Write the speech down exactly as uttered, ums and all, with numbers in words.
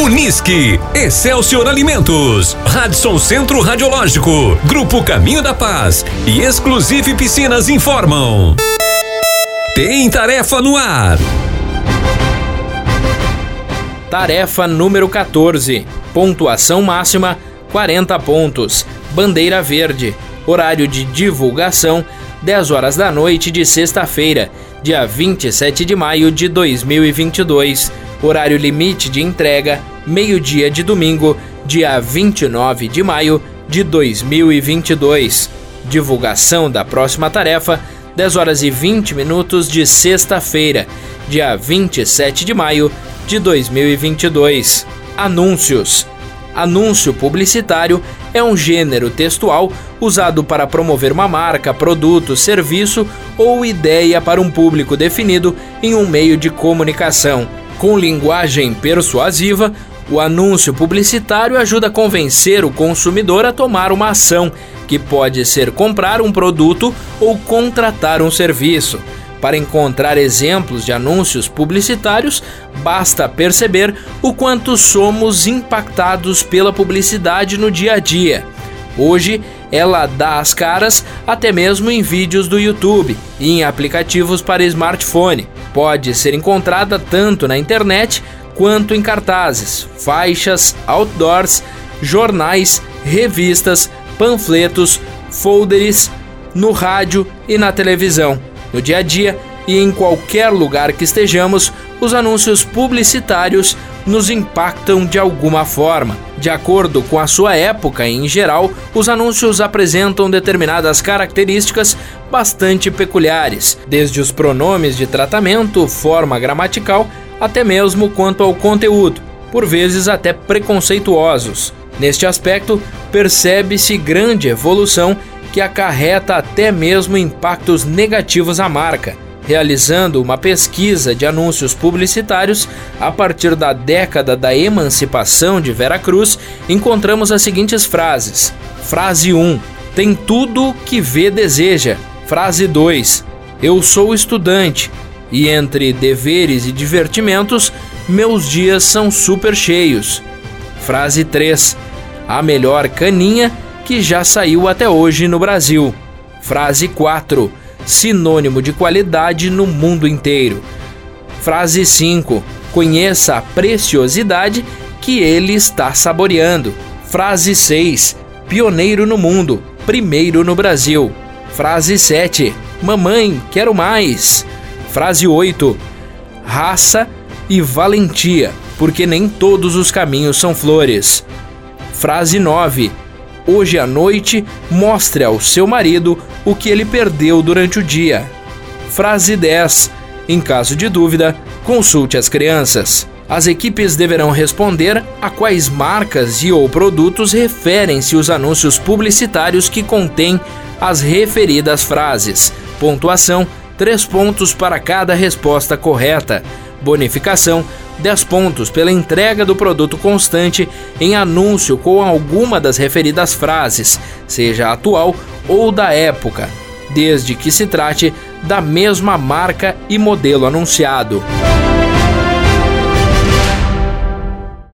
Unisque, Excelsior Alimentos, Radisson Centro Radiológico, Grupo Caminho da Paz e Exclusive Piscinas informam. Tem tarefa no ar. Tarefa número quatorze. Pontuação máxima quarenta pontos. Bandeira verde. Horário de divulgação dez horas da noite de sexta-feira, dia vinte e sete de maio de dois mil e vinte e dois. Horário limite de entrega meio-dia de domingo, dia vinte e nove de maio de dois mil e vinte e dois. Divulgação da próxima tarefa dez horas e vinte minutos de sexta-feira, dia vinte e sete de maio de dois mil e vinte e dois. Anúncios. Anúncio publicitário é um gênero textual usado para promover uma marca, produto, serviço ou ideia para um público definido em um meio de comunicação. Com linguagem persuasiva, o anúncio publicitário ajuda a convencer o consumidor a tomar uma ação, que pode ser comprar um produto ou contratar um serviço. Para encontrar exemplos de anúncios publicitários, basta perceber o quanto somos impactados pela publicidade no dia a dia. Hoje, ela dá as caras até mesmo em vídeos do YouTube e em aplicativos para smartphone. Pode ser encontrada tanto na internet quanto em cartazes, faixas, outdoors, jornais, revistas, panfletos, folders, no rádio e na televisão. No dia a dia e em qualquer lugar que estejamos, os anúncios publicitários nos impactam de alguma forma. De acordo com a sua época e em geral, os anúncios apresentam determinadas características bastante peculiares, desde os pronomes de tratamento, forma gramatical, até mesmo quanto ao conteúdo, por vezes até preconceituosos. Neste aspecto, percebe-se grande evolução que acarreta até mesmo impactos negativos à marca. Realizando uma pesquisa de anúncios publicitários a partir da década da emancipação de Veracruz, encontramos as seguintes frases. Frase um. Tem tudo que vê deseja. Frase dois. Eu sou estudante e entre deveres e divertimentos, meus dias são super cheios. Frase três. A melhor caninha que já saiu até hoje no Brasil. Frase quatro. Sinônimo de qualidade no mundo inteiro. Frase cinco. Conheça a preciosidade que ele está saboreando. Frase seis. Pioneiro no mundo, primeiro no Brasil. Frase sete. Mamãe, quero mais. Frase oito. Raça e valentia, porque nem todos os caminhos são flores. Frase nove. Hoje à noite, mostre ao seu marido o que ele perdeu durante o dia. Frase dez. Em caso de dúvida, consulte as crianças. As equipes deverão responder a quais marcas e ou produtos referem-se os anúncios publicitários que contêm as referidas frases. Pontuação: três pontos para cada resposta correta. Bonificação: dez pontos pela entrega do produto constante em anúncio com alguma das referidas frases, seja atual ou da época, desde que se trate da mesma marca e modelo anunciado.